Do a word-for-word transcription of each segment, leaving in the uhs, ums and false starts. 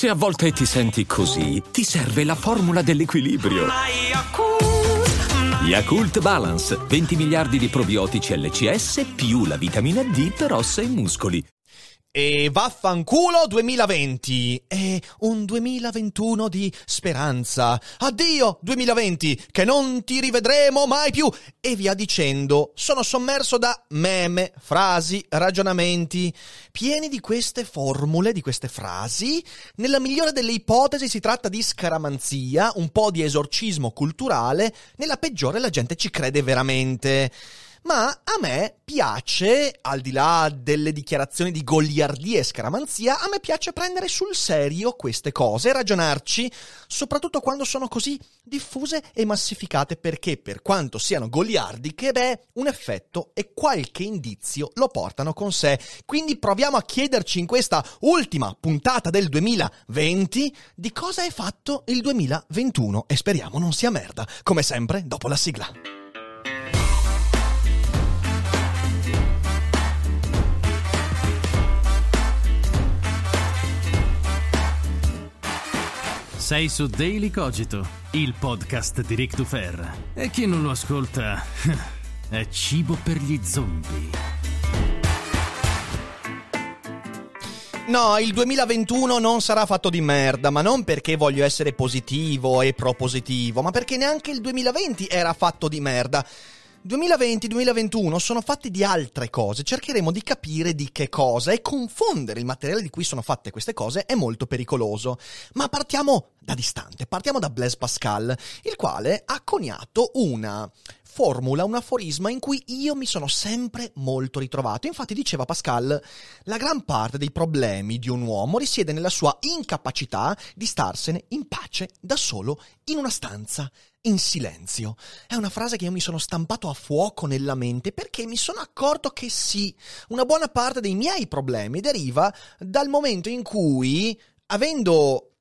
Se a volte ti senti così, ti serve la formula dell'equilibrio. Yakult Balance, venti miliardi di probiotici L C S più la vitamina D per ossa e muscoli. E vaffanculo duemilaventi, è un duemilaventuno di speranza. Addio duemilaventi, che non ti rivedremo mai più. E via dicendo. Sono sommerso da meme, frasi, ragionamenti, pieni di queste formule, di queste frasi. Nella migliore delle ipotesi si tratta di scaramanzia, un po' di esorcismo culturale. Nella peggiore la gente ci crede veramente. Ma a me piace, al di là delle dichiarazioni di goliardia e scaramanzia, a me piace prendere sul serio queste cose e ragionarci, soprattutto quando sono così diffuse e massificate, perché per quanto siano goliardiche, beh, un effetto e qualche indizio lo portano con sé. Quindi proviamo a chiederci in questa ultima puntata del duemilaventi di cosa è fatto il duemilaventuno e speriamo non sia merda, come sempre dopo la sigla. Sei su Daily Cogito, il podcast di Ric Dufer. E chi non lo ascolta è cibo per gli zombie. No, il duemilaventuno non sarà fatto di merda, ma non perché voglio essere positivo e propositivo, ma perché neanche il duemilaventi era fatto di merda. duemilaventi duemilaventuno sono fatti di altre cose, cercheremo di capire di che cosa e confondere il materiale di cui sono fatte queste cose è molto pericoloso. Ma partiamo da distante, partiamo da Blaise Pascal, il quale ha coniato una formula, un aforisma in cui io mi sono sempre molto ritrovato. Infatti diceva Pascal, la gran parte dei problemi di un uomo risiede nella sua incapacità di starsene in pace da solo in una stanza, in silenzio. È una frase che io mi sono stampato a fuoco nella mente perché mi sono accorto che sì, una buona parte dei miei problemi deriva dal momento in cui, avendo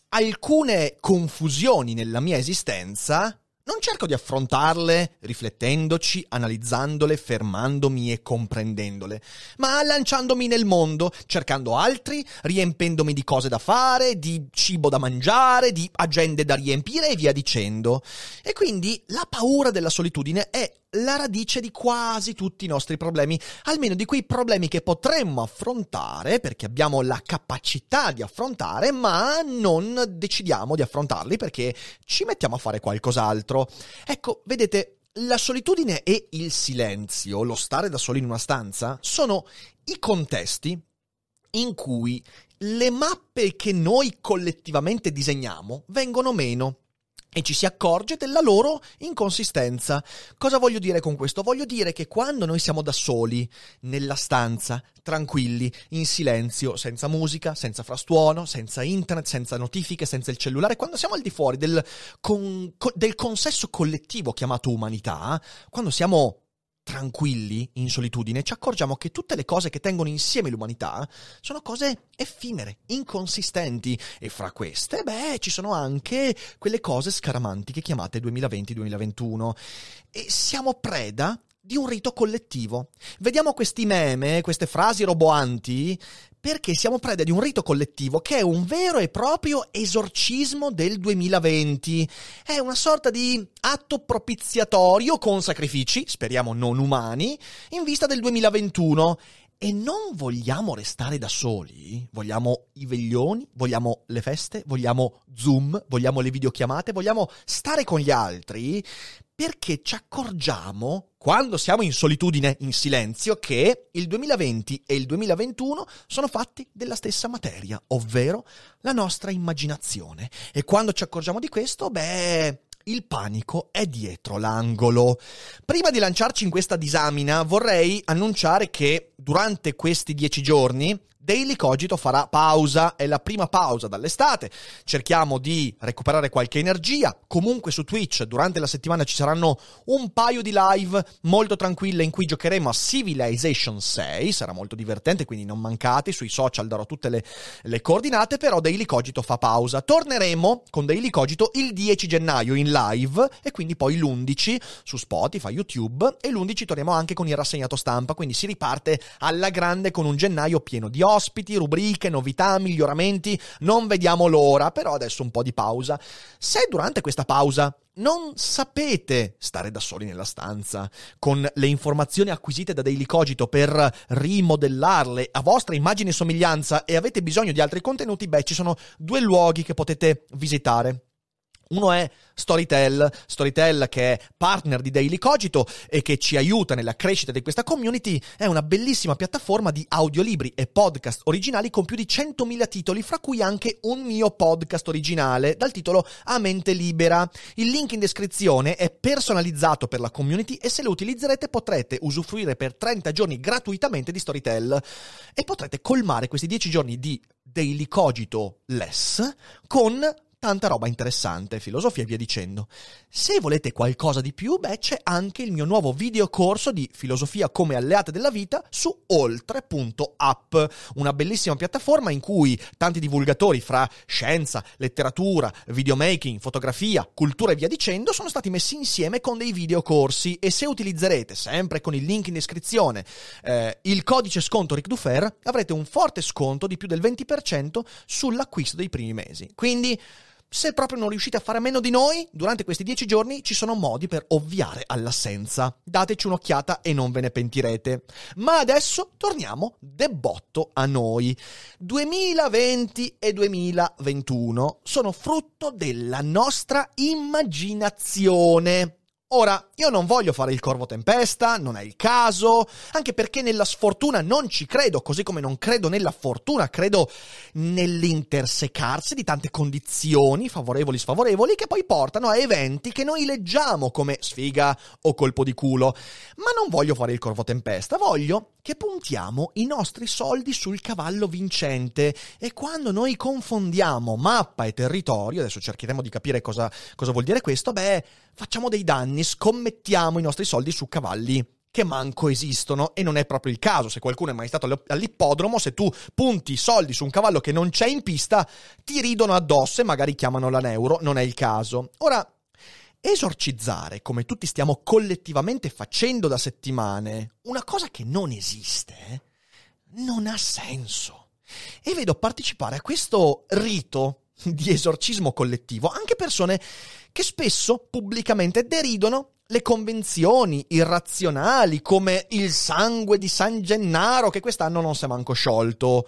alcune confusioni nella mia esistenza, non cerco di affrontarle riflettendoci, analizzandole, fermandomi e comprendendole, ma lanciandomi nel mondo, cercando altri, riempendomi di cose da fare, di cibo da mangiare, di agende da riempire e via dicendo. E quindi la paura della solitudine è la radice di quasi tutti i nostri problemi, almeno di quei problemi che potremmo affrontare perché abbiamo la capacità di affrontare, ma non decidiamo di affrontarli perché ci mettiamo a fare qualcos'altro. Ecco, vedete, la solitudine e il silenzio, lo stare da soli in una stanza, sono i contesti in cui le mappe che noi collettivamente disegniamo vengono meno. E ci si accorge della loro inconsistenza. Cosa voglio dire con questo? Voglio dire che quando noi siamo da soli, nella stanza, tranquilli, in silenzio, senza musica, senza frastuono, senza internet, senza notifiche, senza il cellulare, quando siamo al di fuori del, con, del consesso collettivo chiamato umanità, quando siamo tranquilli, in solitudine, ci accorgiamo che tutte le cose che tengono insieme l'umanità sono cose effimere, inconsistenti, e fra queste, beh, ci sono anche quelle cose scaramantiche chiamate duemilaventi duemilaventuno, e siamo preda di un rito collettivo. Vediamo questi meme, queste frasi roboanti, perché siamo preda di un rito collettivo che è un vero e proprio esorcismo del duemilaventi. È una sorta di atto propiziatorio con sacrifici, speriamo non umani, in vista del duemilaventuno. E non vogliamo restare da soli, vogliamo i veglioni, vogliamo le feste, vogliamo Zoom, vogliamo le videochiamate, vogliamo stare con gli altri, perché ci accorgiamo, quando siamo in solitudine, in silenzio, che il duemilaventi e il duemilaventuno sono fatti della stessa materia, ovvero la nostra immaginazione. E quando ci accorgiamo di questo, beh, il panico è dietro l'angolo. Prima di lanciarci in questa disamina, vorrei annunciare che durante questi dieci giorni Daily Cogito farà pausa, è la prima pausa dall'estate, cerchiamo di recuperare qualche energia. Comunque su Twitch durante la settimana ci saranno un paio di live molto tranquille in cui giocheremo a Civilization sei, sarà molto divertente, quindi non mancate, sui social darò tutte le, le coordinate, però Daily Cogito fa pausa. Torneremo con Daily Cogito il dieci gennaio in live e quindi poi l'undici su Spotify, YouTube, e l'undici torniamo anche con il rassegnato stampa, quindi si riparte alla grande con un gennaio pieno di ospiti, rubriche, novità, miglioramenti. Non vediamo l'ora, però adesso un po' di pausa. Se durante questa pausa non sapete stare da soli nella stanza, con le informazioni acquisite da Daily Cogito per rimodellarle a vostra immagine e somiglianza e avete bisogno di altri contenuti, beh, ci sono due luoghi che potete visitare. Uno è Storytel, Storytel che è partner di Daily Cogito e che ci aiuta nella crescita di questa community. È una bellissima piattaforma di audiolibri e podcast originali con più di centomila titoli, fra cui anche un mio podcast originale dal titolo A Mente Libera. Il link in descrizione è personalizzato per la community e se lo utilizzerete potrete usufruire per trenta giorni gratuitamente di Storytel e potrete colmare questi dieci giorni di Daily Cogito less con tanta roba interessante, filosofia e via dicendo. Se volete qualcosa di più, beh, c'è anche il mio nuovo videocorso di filosofia come alleate della vita su oltre punto app, una bellissima piattaforma in cui tanti divulgatori fra scienza, letteratura, videomaking, fotografia, cultura e via dicendo sono stati messi insieme con dei videocorsi e se utilizzerete, sempre con il link in descrizione, eh, il codice sconto Ric Dufer, avrete un forte sconto di più del venti per cento sull'acquisto dei primi mesi. Quindi, se proprio non riuscite a fare a meno di noi, durante questi dieci giorni ci sono modi per ovviare all'assenza. Dateci un'occhiata e non ve ne pentirete. Ma adesso torniamo de botto a noi. duemilaventi e duemilaventuno sono frutto della nostra immaginazione. Ora, io non voglio fare il corvo tempesta, non è il caso, anche perché nella sfortuna non ci credo, così come non credo nella fortuna, credo nell'intersecarsi di tante condizioni, favorevoli, sfavorevoli, che poi portano a eventi che noi leggiamo come sfiga o colpo di culo. Ma non voglio fare il corvo tempesta, voglio che puntiamo i nostri soldi sul cavallo vincente e quando noi confondiamo mappa e territorio, adesso cercheremo di capire cosa, cosa vuol dire questo, beh, facciamo dei danni, scommettiamo i nostri soldi su cavalli che manco esistono e non è proprio il caso. Se qualcuno è mai stato all'ippodromo, se tu punti i soldi su un cavallo che non c'è in pista, ti ridono addosso e magari chiamano la neuro, non è il caso. Ora, esorcizzare, come tutti stiamo collettivamente facendo da settimane, una cosa che non esiste, non ha senso. E vedo partecipare a questo rito di esorcismo collettivo anche persone che spesso pubblicamente deridono le convenzioni irrazionali come il sangue di San Gennaro che quest'anno non si è manco sciolto.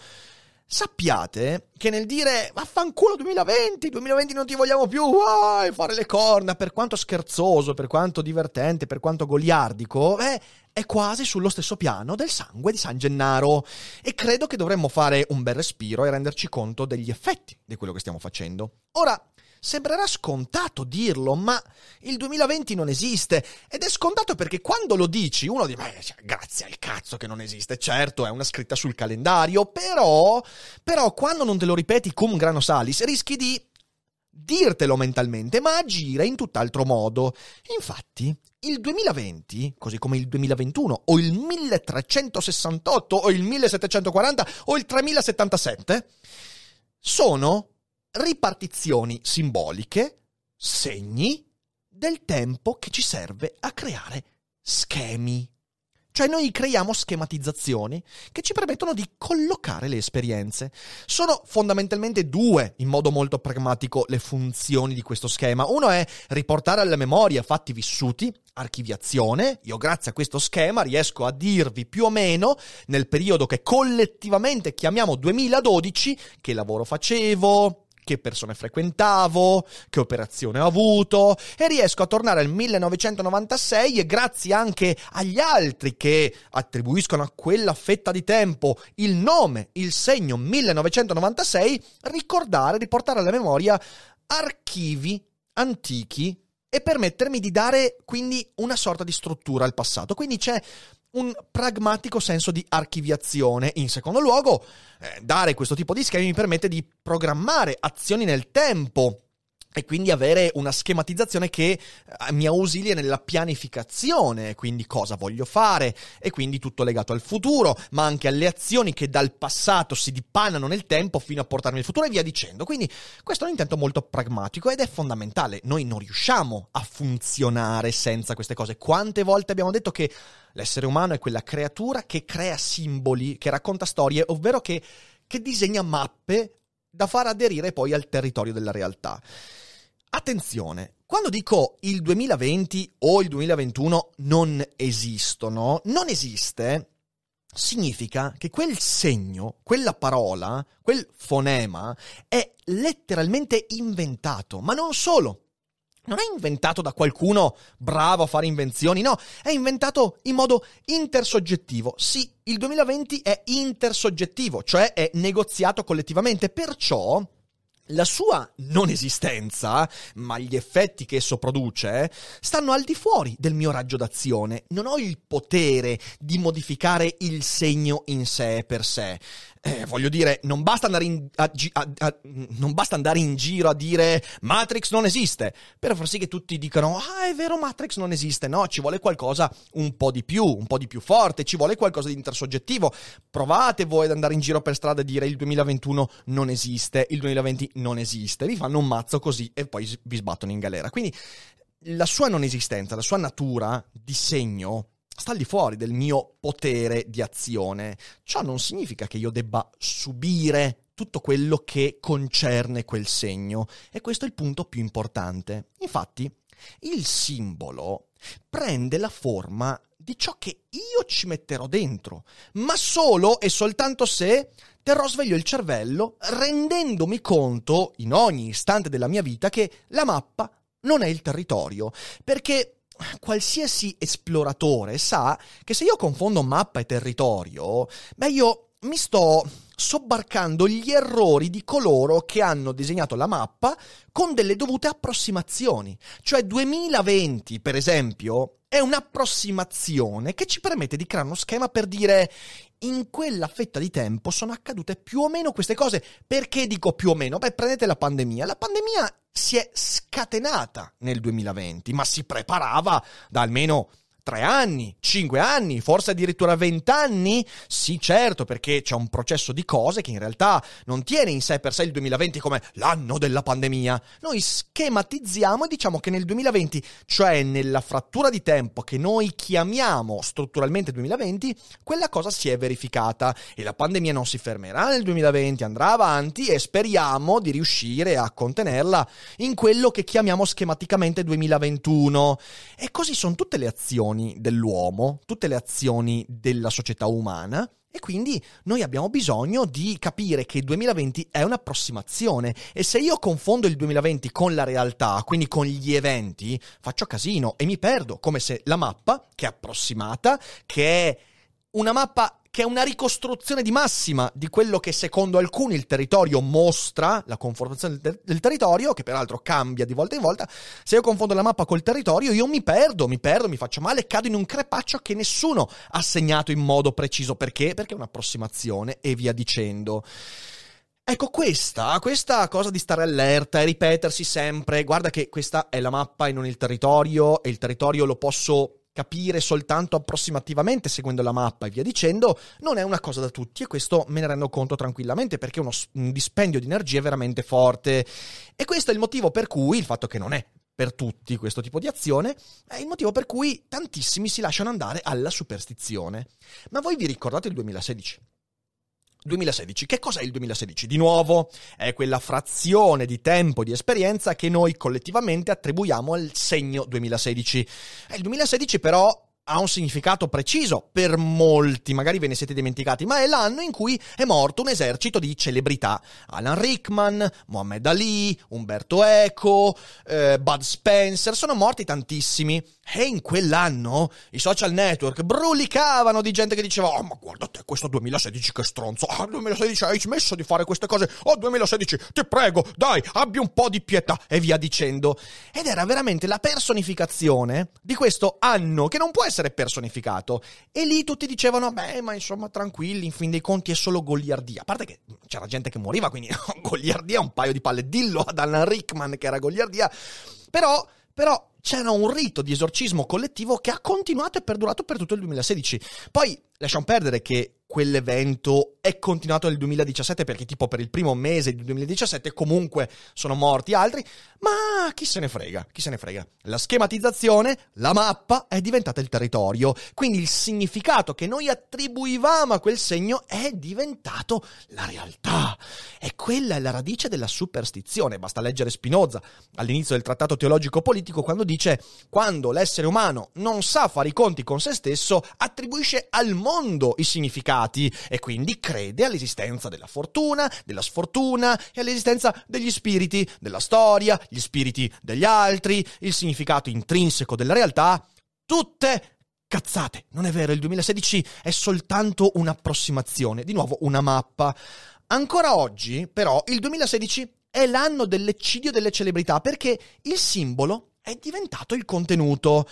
Sappiate che nel dire vaffanculo duemilaventi, duemilaventi non ti vogliamo più, vai, fare le corna, per quanto scherzoso, per quanto divertente, per quanto goliardico, eh, è quasi sullo stesso piano del sangue di San Gennaro e credo che dovremmo fare un bel respiro e renderci conto degli effetti di quello che stiamo facendo. Ora, sembrerà scontato dirlo, ma il duemilaventi non esiste ed è scontato perché quando lo dici uno dice ma grazie al cazzo che non esiste, certo è una scritta sul calendario, però, però quando non te lo ripeti cum grano salis rischi di dirtelo mentalmente ma agire in tutt'altro modo. Infatti il duemilaventi, così come il duemilaventuno o il milletrecentosessantotto o il millesettecentoquaranta o il tremilasettantasette sono ripartizioni simboliche, segni del tempo che ci serve a creare schemi. Cioè noi creiamo schematizzazioni che ci permettono di collocare le esperienze. Sono fondamentalmente due, in modo molto pragmatico, le funzioni di questo schema. Uno è riportare alla memoria fatti vissuti, archiviazione. Io grazie a questo schema riesco a dirvi più o meno, nel periodo che collettivamente chiamiamo duemiladodici, che lavoro facevo, che persone frequentavo, che operazione ho avuto e riesco a tornare al millenovecentonovantasei e grazie anche agli altri che attribuiscono a quella fetta di tempo il nome, il segno millenovecentonovantasei, ricordare, riportare alla memoria archivi antichi e permettermi di dare quindi una sorta di struttura al passato. Quindi c'è un pragmatico senso di archiviazione. In secondo luogo, eh, dare questo tipo di schemi mi permette di programmare azioni nel tempo e quindi avere una schematizzazione che mi ausilia nella pianificazione, quindi cosa voglio fare, e quindi tutto legato al futuro, ma anche alle azioni che dal passato si dipanano nel tempo fino a portarmi al futuro e via dicendo. Quindi questo è un intento molto pragmatico ed è fondamentale. Noi non riusciamo a funzionare senza queste cose. Quante volte abbiamo detto che l'essere umano è quella creatura che crea simboli, che racconta storie, ovvero che, che disegna mappe da far aderire poi al territorio della realtà. Attenzione, quando dico il duemilaventi o il duemilaventuno non esistono, non esiste significa che quel segno, quella parola, quel fonema è letteralmente inventato, ma non solo. Non è inventato da qualcuno bravo a fare invenzioni, no, è inventato in modo intersoggettivo. Sì, il duemilaventi è intersoggettivo, cioè è negoziato collettivamente, perciò la sua non esistenza, ma gli effetti che esso produce, stanno al di fuori del mio raggio d'azione. Non ho il potere di modificare il segno in sé per sé. Eh, voglio dire, non basta andare in, a, a, a, non basta andare in giro a dire Matrix non esiste, per far sì che tutti dicano ah è vero Matrix non esiste. No, ci vuole qualcosa un po' di più, un po' di più forte, ci vuole qualcosa di intersoggettivo. Provate voi ad andare in giro per strada e dire il duemilaventuno non esiste, il duemilaventi non esiste, vi fanno un mazzo così e poi vi sbattono in galera. Quindi la sua non esistenza, la sua natura di segno sta al di fuori del mio potere di azione. Ciò non significa che io debba subire tutto quello che concerne quel segno. E questo è il punto più importante. Infatti, il simbolo prende la forma di ciò che io ci metterò dentro, ma solo e soltanto se terrò sveglio il cervello, rendendomi conto, in ogni istante della mia vita, che la mappa non è il territorio. Perché qualsiasi esploratore sa che se io confondo mappa e territorio, beh io mi sto sobbarcando gli errori di coloro che hanno disegnato la mappa con delle dovute approssimazioni. Cioè duemilaventi, per esempio, è un'approssimazione che ci permette di creare uno schema per dire in quella fetta di tempo sono accadute più o meno queste cose. Perché dico più o meno? Beh, prendete la pandemia. La pandemia si è scatenata nel duemilaventi, ma si preparava da almeno tre anni, cinque anni, forse addirittura vent'anni? Sì, certo, perché c'è un processo di cose che in realtà non tiene in sé per sé il duemilaventi come l'anno della pandemia. Noi schematizziamo e diciamo che nel duemilaventi, cioè nella frattura di tempo che noi chiamiamo strutturalmente duemilaventi, quella cosa si è verificata e la pandemia non si fermerà nel duemilaventi, andrà avanti e speriamo di riuscire a contenerla in quello che chiamiamo schematicamente duemilaventuno. E così sono tutte le azioni dell'uomo, tutte le azioni della società umana, e quindi noi abbiamo bisogno di capire che il duemilaventi è un'approssimazione e se io confondo il duemilaventi con la realtà, quindi con gli eventi, faccio casino e mi perdo, come se la mappa, che è approssimata, che è una mappa che è una ricostruzione di massima di quello che secondo alcuni il territorio mostra, la conformazione del, ter- del territorio, che peraltro cambia di volta in volta. Se io confondo la mappa col territorio, io mi perdo, mi perdo, mi faccio male, cado in un crepaccio che nessuno ha segnato in modo preciso. Perché? Perché è un'approssimazione e via dicendo. Ecco, questa, questa cosa di stare allerta e ripetersi sempre, guarda che questa è la mappa e non il territorio, e il territorio lo posso capire soltanto approssimativamente seguendo la mappa e via dicendo, non è una cosa da tutti, e questo me ne rendo conto tranquillamente perché è uno, un dispendio di energie veramente forte. E questo è il motivo per cui, il fatto che non è per tutti questo tipo di azione, è il motivo per cui tantissimi si lasciano andare alla superstizione. Ma voi vi ricordate il duemilasedici? duemilasedici, che cos'è il duemilasedici? Di nuovo, è quella frazione di tempo di esperienza che noi collettivamente attribuiamo al segno duemilasedici. E il duemilasedici però ha un significato preciso per molti, magari ve ne siete dimenticati, ma è l'anno in cui è morto un esercito di celebrità. Alan Rickman, Muhammad Ali, Umberto Eco, eh, Bud Spencer, sono morti tantissimi. E in quell'anno i social network brulicavano di gente che diceva oh ma guarda te questo duemilasedici che stronzo, ah duemilasedici hai smesso di fare queste cose, oh duemilasedici ti prego dai abbi un po' di pietà e via dicendo. Ed era veramente la personificazione di questo anno che non può essere personificato. E lì tutti dicevano beh ma insomma tranquilli, in fin dei conti è solo goliardia, a parte che c'era gente che moriva quindi goliardia un paio di palle, dillo ad Alan Rickman che era goliardia, però però c'era un rito di esorcismo collettivo che ha continuato e perdurato per tutto il duemilasedici. Poi lasciamo perdere che quell'evento è continuato nel duemiladiciassette perché tipo per il primo mese del duemiladiciassette comunque sono morti altri, ma chi se ne frega, chi se ne frega. La schematizzazione, la mappa è diventata il territorio, quindi il significato che noi attribuivamo a quel segno è diventato la realtà. E quella è la radice della superstizione. Basta leggere Spinoza all'inizio del Trattato Teologico Politico quando dice quando l'essere umano non sa fare i conti con se stesso attribuisce al mondo i significati e quindi crede all'esistenza della fortuna, della sfortuna e all'esistenza degli spiriti, della storia, gli spiriti degli altri, il significato intrinseco della realtà, tutte cazzate. Non è vero, il duemilasedici è soltanto un'approssimazione, di nuovo una mappa. Ancora oggi, però, il duemilasedici è l'anno dell'eccidio delle celebrità perché il simbolo è diventato il contenuto.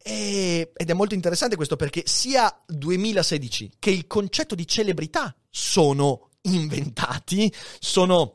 E, ed è molto interessante questo perché sia duemilasedici che il concetto di celebrità sono inventati, sono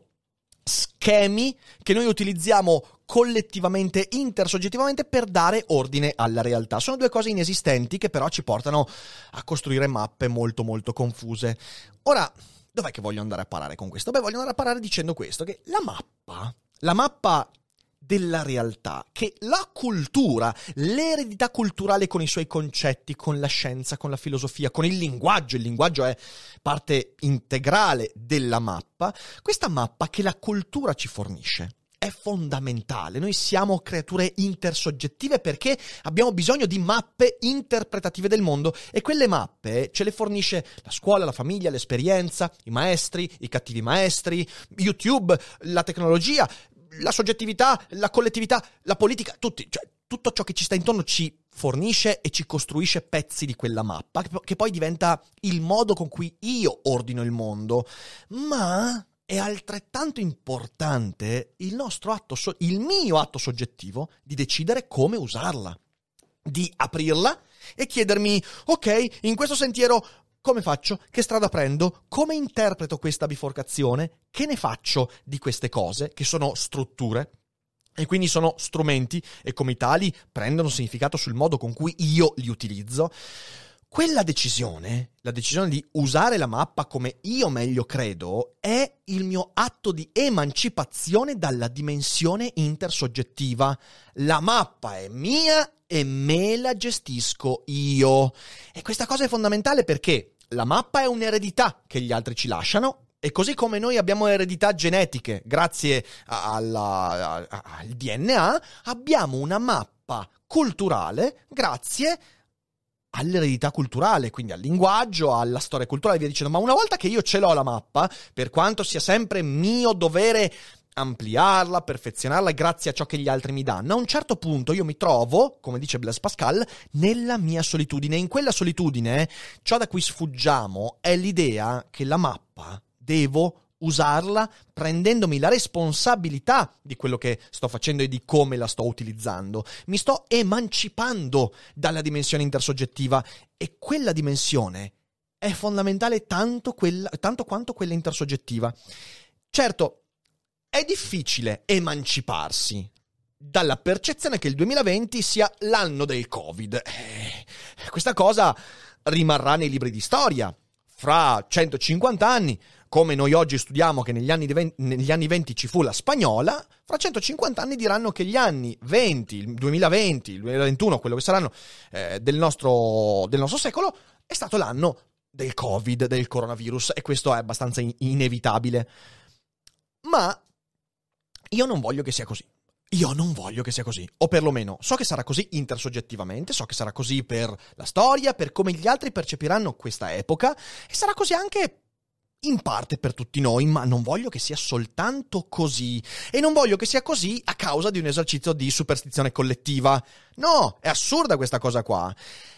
schemi che noi utilizziamo collettivamente, intersoggettivamente per dare ordine alla realtà. Sono due cose inesistenti che però ci portano a costruire mappe molto molto confuse. Ora, dov'è che voglio andare a parare con questo? Beh, voglio andare a parare dicendo questo, che la mappa, la mappa della realtà, che la cultura, l'eredità culturale con i suoi concetti, con la scienza, con la filosofia, con il linguaggio, il linguaggio è parte integrale della mappa, questa mappa che la cultura ci fornisce è fondamentale. Noi siamo creature intersoggettive perché abbiamo bisogno di mappe interpretative del mondo e quelle mappe ce le fornisce la scuola, la famiglia, l'esperienza, i maestri, i cattivi maestri, YouTube, la tecnologia, la soggettività, la collettività, la politica, tutti, cioè tutto ciò che ci sta intorno ci fornisce e ci costruisce pezzi di quella mappa che poi diventa il modo con cui io ordino il mondo. Ma è altrettanto importante il nostro atto, so- il mio atto soggettivo di decidere come usarla, di aprirla e chiedermi ok, in questo sentiero come faccio? Che strada prendo? Come interpreto questa biforcazione? Che ne faccio di queste cose, che sono strutture, e quindi sono strumenti, e come tali prendono significato sul modo con cui io li utilizzo? Quella decisione, la decisione di usare la mappa come io meglio credo, è il mio atto di emancipazione dalla dimensione intersoggettiva. La mappa è mia e me la gestisco io. E questa cosa è fondamentale perché la mappa è un'eredità che gli altri ci lasciano e così come noi abbiamo eredità genetiche grazie alla, a, al D N A, abbiamo una mappa culturale grazie all'eredità culturale, quindi al linguaggio, alla storia culturale e via dicendo. Ma una volta che io ce l'ho la mappa, per quanto sia sempre mio dovere ampliarla, perfezionarla grazie a ciò che gli altri mi danno, a un certo punto io mi trovo, come dice Blaise Pascal, nella mia solitudine. In quella solitudine, ciò da cui sfuggiamo è l'idea che la mappa devo usarla prendendomi la responsabilità di quello che sto facendo e di come la sto utilizzando. Mi sto emancipando dalla dimensione intersoggettiva e quella dimensione è fondamentale tanto, quella, tanto quanto quella intersoggettiva. Certo, è difficile emanciparsi dalla percezione che il duemilaventi sia l'anno del Covid. Eh, questa cosa rimarrà nei libri di storia. Fra centocinquanta anni, come noi oggi studiamo che negli anni, venti, negli anni venti ci fu la spagnola, fra centocinquanta anni diranno che gli anni venti, il duemilaventi, il duemilaventuno, quello che saranno eh, del, nostro, del nostro secolo, è stato l'anno del Covid, del coronavirus, e questo è abbastanza in- inevitabile. Ma io non voglio che sia così. Io non voglio che sia così, o perlomeno so che sarà così intersoggettivamente, so che sarà così per la storia, per come gli altri percepiranno questa epoca, e sarà così anche in parte per tutti noi, ma non voglio che sia soltanto così. E non voglio che sia così a causa di un esercizio di superstizione collettiva. No, è assurda questa cosa qua.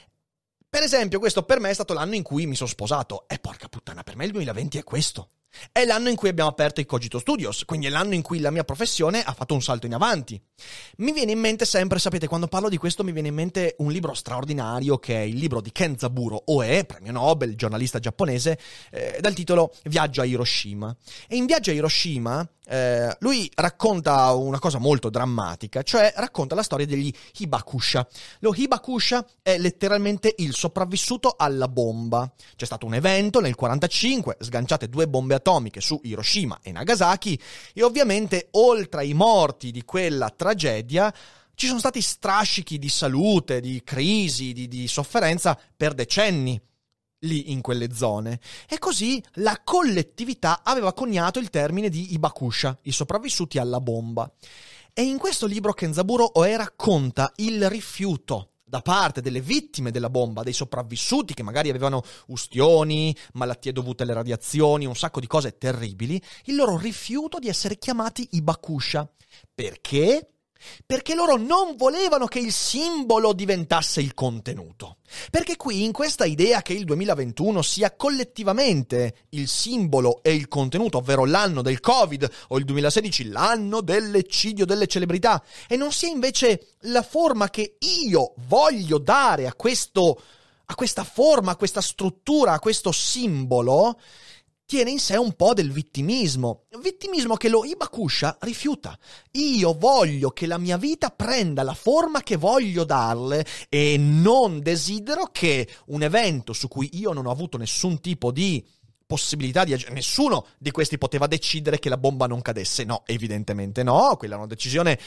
Per esempio, questo per me è stato l'anno in cui mi sono sposato. E porca puttana, per me il duemilaventi è questo. È l'anno in cui abbiamo aperto i Cogito Studios, quindi è l'anno in cui la mia professione ha fatto un salto in avanti. Mi viene in mente sempre, sapete, quando parlo di questo mi viene in mente un libro straordinario che è il libro di Kenzaburo Oe, premio Nobel, giornalista giapponese, eh, dal titolo Viaggio a Hiroshima. E in Viaggio a Hiroshima eh, lui racconta una cosa molto drammatica, cioè racconta la storia degli Hibakusha. Lo Hibakusha è letteralmente il sopravvissuto alla bomba. C'è stato un evento nel quarantacinque, sganciate due bombe atomiche su Hiroshima e Nagasaki, e ovviamente oltre ai morti di quella tragedia ci sono stati strascichi di salute, di crisi, di, di sofferenza per decenni lì in quelle zone. E così la collettività aveva coniato il termine di Hibakusha, i sopravvissuti alla bomba. E in questo libro Kenzaburo Oe racconta il rifiuto da parte delle vittime della bomba, dei sopravvissuti che magari avevano ustioni, malattie dovute alle radiazioni, un sacco di cose terribili, il loro rifiuto di essere chiamati Hibakusha. Perché? Perché loro non volevano che il simbolo diventasse il contenuto. Perché qui, in questa idea che il duemilaventuno sia collettivamente il simbolo e il contenuto, ovvero l'anno del Covid, o il duemilasedici l'anno dell'eccidio delle celebrità, e non sia invece la forma che io voglio dare a questo, a questa forma, a questa struttura, a questo simbolo, tiene in sé un po' del vittimismo. Vittimismo che lo Hibakusha rifiuta. Io voglio che la mia vita prenda la forma che voglio darle e non desidero che un evento su cui io non ho avuto nessun tipo di possibilità di agire, nessuno di questi poteva decidere che la bomba non cadesse. No, evidentemente no, quella è una decisione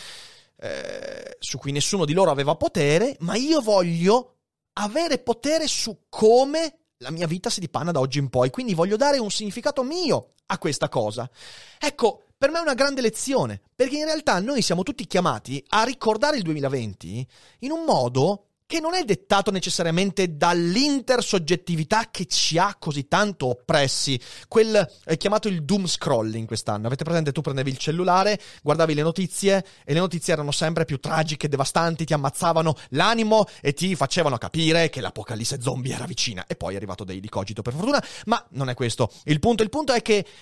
eh, su cui nessuno di loro aveva potere, ma io voglio avere potere su come la mia vita si dipana da oggi in poi, quindi voglio dare un significato mio a questa cosa. Ecco, per me è una grande lezione, perché in realtà noi siamo tutti chiamati a ricordare il duemilaventi in un modo che non è dettato necessariamente dall'intersoggettività che ci ha così tanto oppressi, quel è chiamato il doom scrolling quest'anno. Avete presente? Tu prendevi il cellulare, guardavi le notizie e le notizie erano sempre più tragiche, devastanti, ti ammazzavano l'animo e ti facevano capire che l'apocalisse zombie era vicina. E poi è arrivato Daily Cogito, per fortuna, ma non è questo il punto. Il punto è che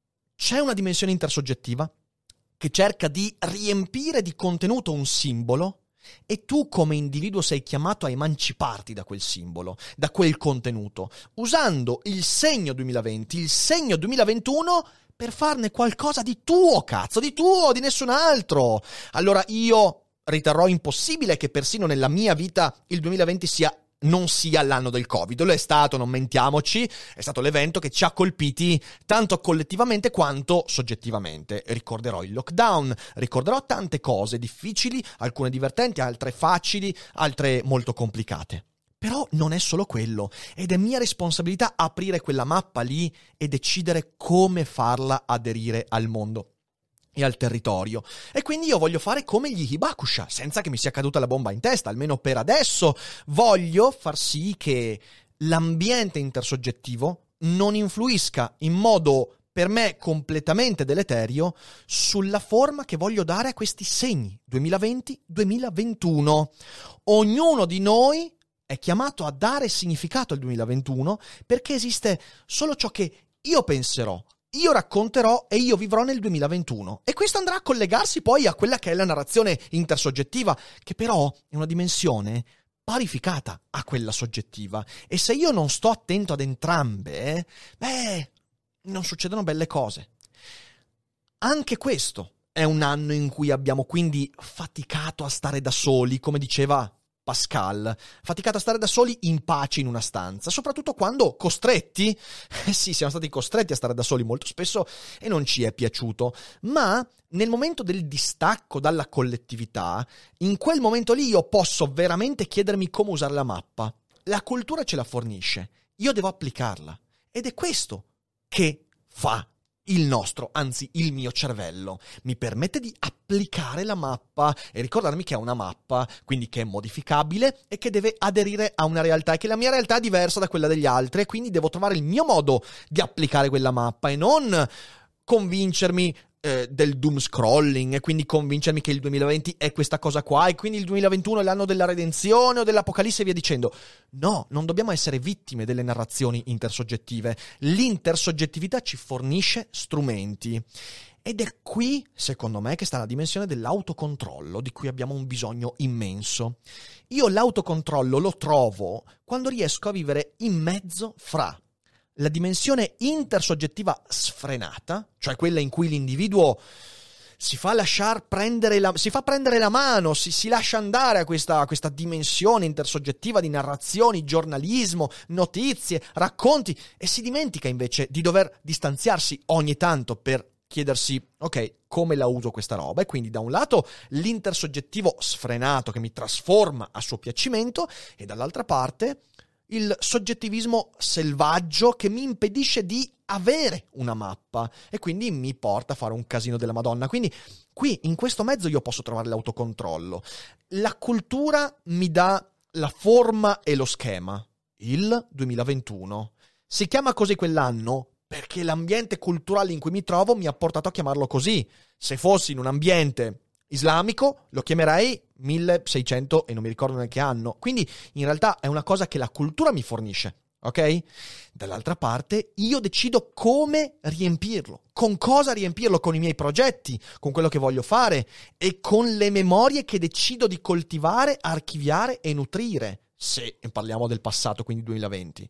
c'è una dimensione intersoggettiva che cerca di riempire di contenuto un simbolo, e tu come individuo sei chiamato a emanciparti da quel simbolo, da quel contenuto, usando il segno duemilaventi, il segno duemilaventuno per farne qualcosa di tuo, cazzo, di tuo, di nessun altro. Allora io riterrò impossibile che persino nella mia vita il duemilaventi sia non sia l'anno del Covid. Lo è stato, non mentiamoci, è stato l'evento che ci ha colpiti tanto collettivamente quanto soggettivamente. Ricorderò il lockdown, ricorderò tante cose difficili, alcune divertenti, altre facili, altre molto complicate. Però non è solo quello, ed è mia responsabilità aprire quella mappa lì e decidere come farla aderire al mondo e al territorio. E quindi io voglio fare come gli Hibakusha, senza che mi sia caduta la bomba in testa, almeno per adesso. Voglio far sì che l'ambiente intersoggettivo non influisca in modo per me completamente deleterio sulla forma che voglio dare a questi segni duemilaventi duemilaventuno. Ognuno di noi è chiamato a dare significato al duemilaventuno, perché esiste solo ciò che io penserò, io racconterò e io vivrò nel duemilaventuno. E questo andrà a collegarsi poi a quella che è la narrazione intersoggettiva, che però è una dimensione parificata a quella soggettiva. E se io non sto attento ad entrambe, beh, non succedono belle cose. Anche questo è un anno in cui abbiamo quindi faticato a stare da soli, come diceva Pascal, faticato a stare da soli in pace in una stanza, soprattutto quando costretti, eh sì, siamo stati costretti a stare da soli molto spesso e non ci è piaciuto, ma nel momento del distacco dalla collettività, in quel momento lì io posso veramente chiedermi come usare la mappa. La cultura ce la fornisce, io devo applicarla, ed è questo che fa il nostro, anzi il mio cervello. Mi permette di applicare la mappa e ricordarmi che è una mappa, quindi che è modificabile e che deve aderire a una realtà e che la mia realtà è diversa da quella degli altri e quindi devo trovare il mio modo di applicare quella mappa e non convincermi eh, del doom scrolling e quindi convincermi che il duemilaventi è questa cosa qua e quindi il duemilaventuno è l'anno della redenzione o dell'apocalisse e via dicendo. No, non dobbiamo essere vittime delle narrazioni intersoggettive. L'intersoggettività ci fornisce strumenti. Ed è qui, secondo me, che sta la dimensione dell'autocontrollo di cui abbiamo un bisogno immenso. Io l'autocontrollo lo trovo quando riesco a vivere in mezzo fra la dimensione intersoggettiva sfrenata, cioè quella in cui l'individuo si fa lasciar prendere la, si fa prendere la mano, si, si lascia andare a questa, a questa dimensione intersoggettiva di narrazioni, giornalismo, notizie, racconti e si dimentica invece di dover distanziarsi ogni tanto per chiedersi, ok, come la uso questa roba? E quindi da un lato l'intersoggettivo sfrenato che mi trasforma a suo piacimento e dall'altra parte il soggettivismo selvaggio che mi impedisce di avere una mappa e quindi mi porta a fare un casino della Madonna. Quindi qui in questo mezzo io posso trovare l'autocontrollo. La cultura mi dà la forma e lo schema. Il duemilaventuno. Si chiama così quell'anno perché l'ambiente culturale in cui mi trovo mi ha portato a chiamarlo così. Se fossi in un ambiente islamico lo chiamerei milleseicento e non mi ricordo neanche anno. Quindi in realtà è una cosa che la cultura mi fornisce, ok? Dall'altra parte io decido come riempirlo, con cosa riempirlo, con i miei progetti, con quello che voglio fare e con le memorie che decido di coltivare, archiviare e nutrire, se parliamo del passato, quindi duemilaventi.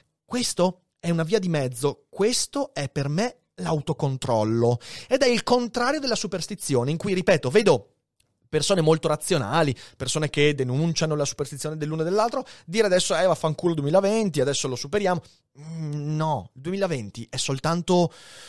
Questo è una via di mezzo, questo è per me l'autocontrollo ed è il contrario della superstizione in cui, ripeto, vedo persone molto razionali, persone che denunciano la superstizione dell'uno e dell'altro, dire adesso eh vaffanculo duemilaventi, adesso lo superiamo. No, il duemilaventi è soltanto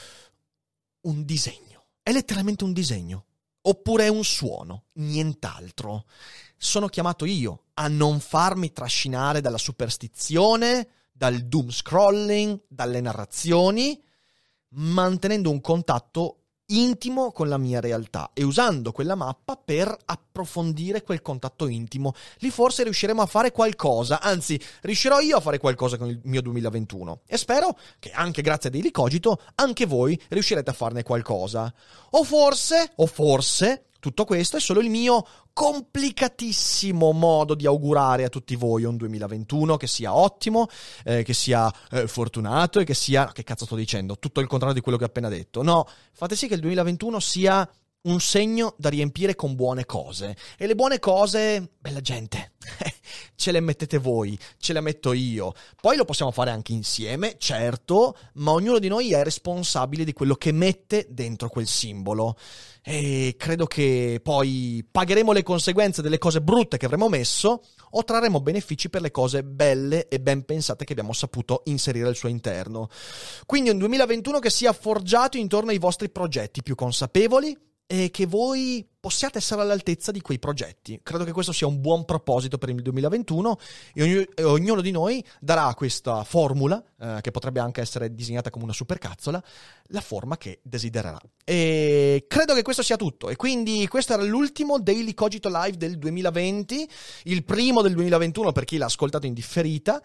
un disegno, è letteralmente un disegno, oppure è un suono, nient'altro. Sono chiamato io a non farmi trascinare dalla superstizione, dal doom scrolling, dalle narrazioni, mantenendo un contatto intimo con la mia realtà e usando quella mappa per approfondire quel contatto intimo. Lì forse riusciremo a fare qualcosa, anzi riuscirò io a fare qualcosa con il mio duemilaventuno e spero che anche grazie a Daily Cogito anche voi riuscirete a farne qualcosa. O forse, o forse tutto questo è solo il mio complicatissimo modo di augurare a tutti voi un duemilaventuno che sia ottimo, eh, che sia eh, fortunato e che sia... Che cazzo sto dicendo? Tutto il contrario di quello che ho appena detto. No, fate sì che il duemilaventuno sia un segno da riempire con buone cose. E le buone cose, bella gente, ce le mettete voi, ce le metto io. Poi lo possiamo fare anche insieme, certo, ma ognuno di noi è responsabile di quello che mette dentro quel simbolo. E credo che poi pagheremo le conseguenze delle cose brutte che avremo messo o trarremo benefici per le cose belle e ben pensate che abbiamo saputo inserire al suo interno. Quindi un duemilaventuno che sia forgiato intorno ai vostri progetti più consapevoli e che voi possiate essere all'altezza di quei progetti. Credo che questo sia un buon proposito per il duemilaventuno e, ogni, e ognuno di noi darà questa formula, eh, che potrebbe anche essere disegnata come una supercazzola, la forma che desidererà. E credo che questo sia tutto. E quindi questo era l'ultimo Daily Cogito Live del duemilaventi, il primo del duemilaventuno per chi l'ha ascoltato in differita.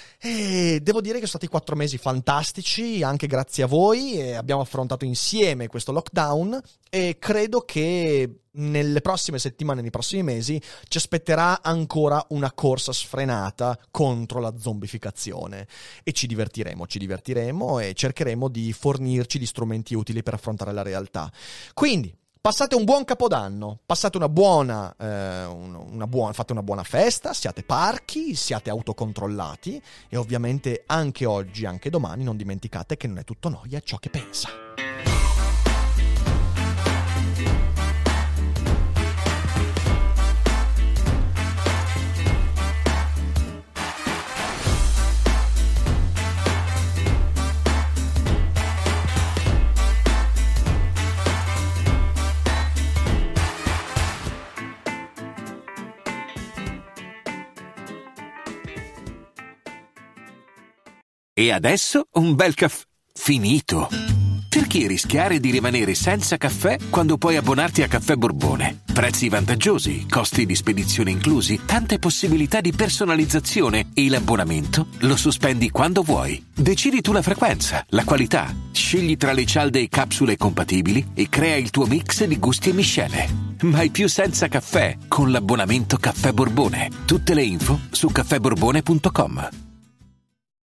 E devo dire che sono stati quattro mesi fantastici, anche grazie a voi, e abbiamo affrontato insieme questo lockdown e credo che nelle prossime settimane, nei prossimi mesi, ci aspetterà ancora una corsa sfrenata contro la zombificazione e ci divertiremo, ci divertiremo e cercheremo di fornirci di strumenti utili per affrontare la realtà. Quindi passate un buon Capodanno, passate una buona, eh, una buona, fate una buona festa, siate parchi, siate autocontrollati e ovviamente anche oggi, anche domani, non dimenticate che non è tutto noia ciò che pensa. E adesso un bel caffè finito. Perché rischiare di rimanere senza caffè quando puoi abbonarti a Caffè Borbone? Prezzi vantaggiosi, costi di spedizione inclusi, tante possibilità di personalizzazione e l'abbonamento lo sospendi quando vuoi. Decidi tu la frequenza, la qualità, scegli tra le cialde e capsule compatibili e crea il tuo mix di gusti e miscele. Mai più senza caffè con l'abbonamento Caffè Borbone. Tutte le info su caffè borbone punto com.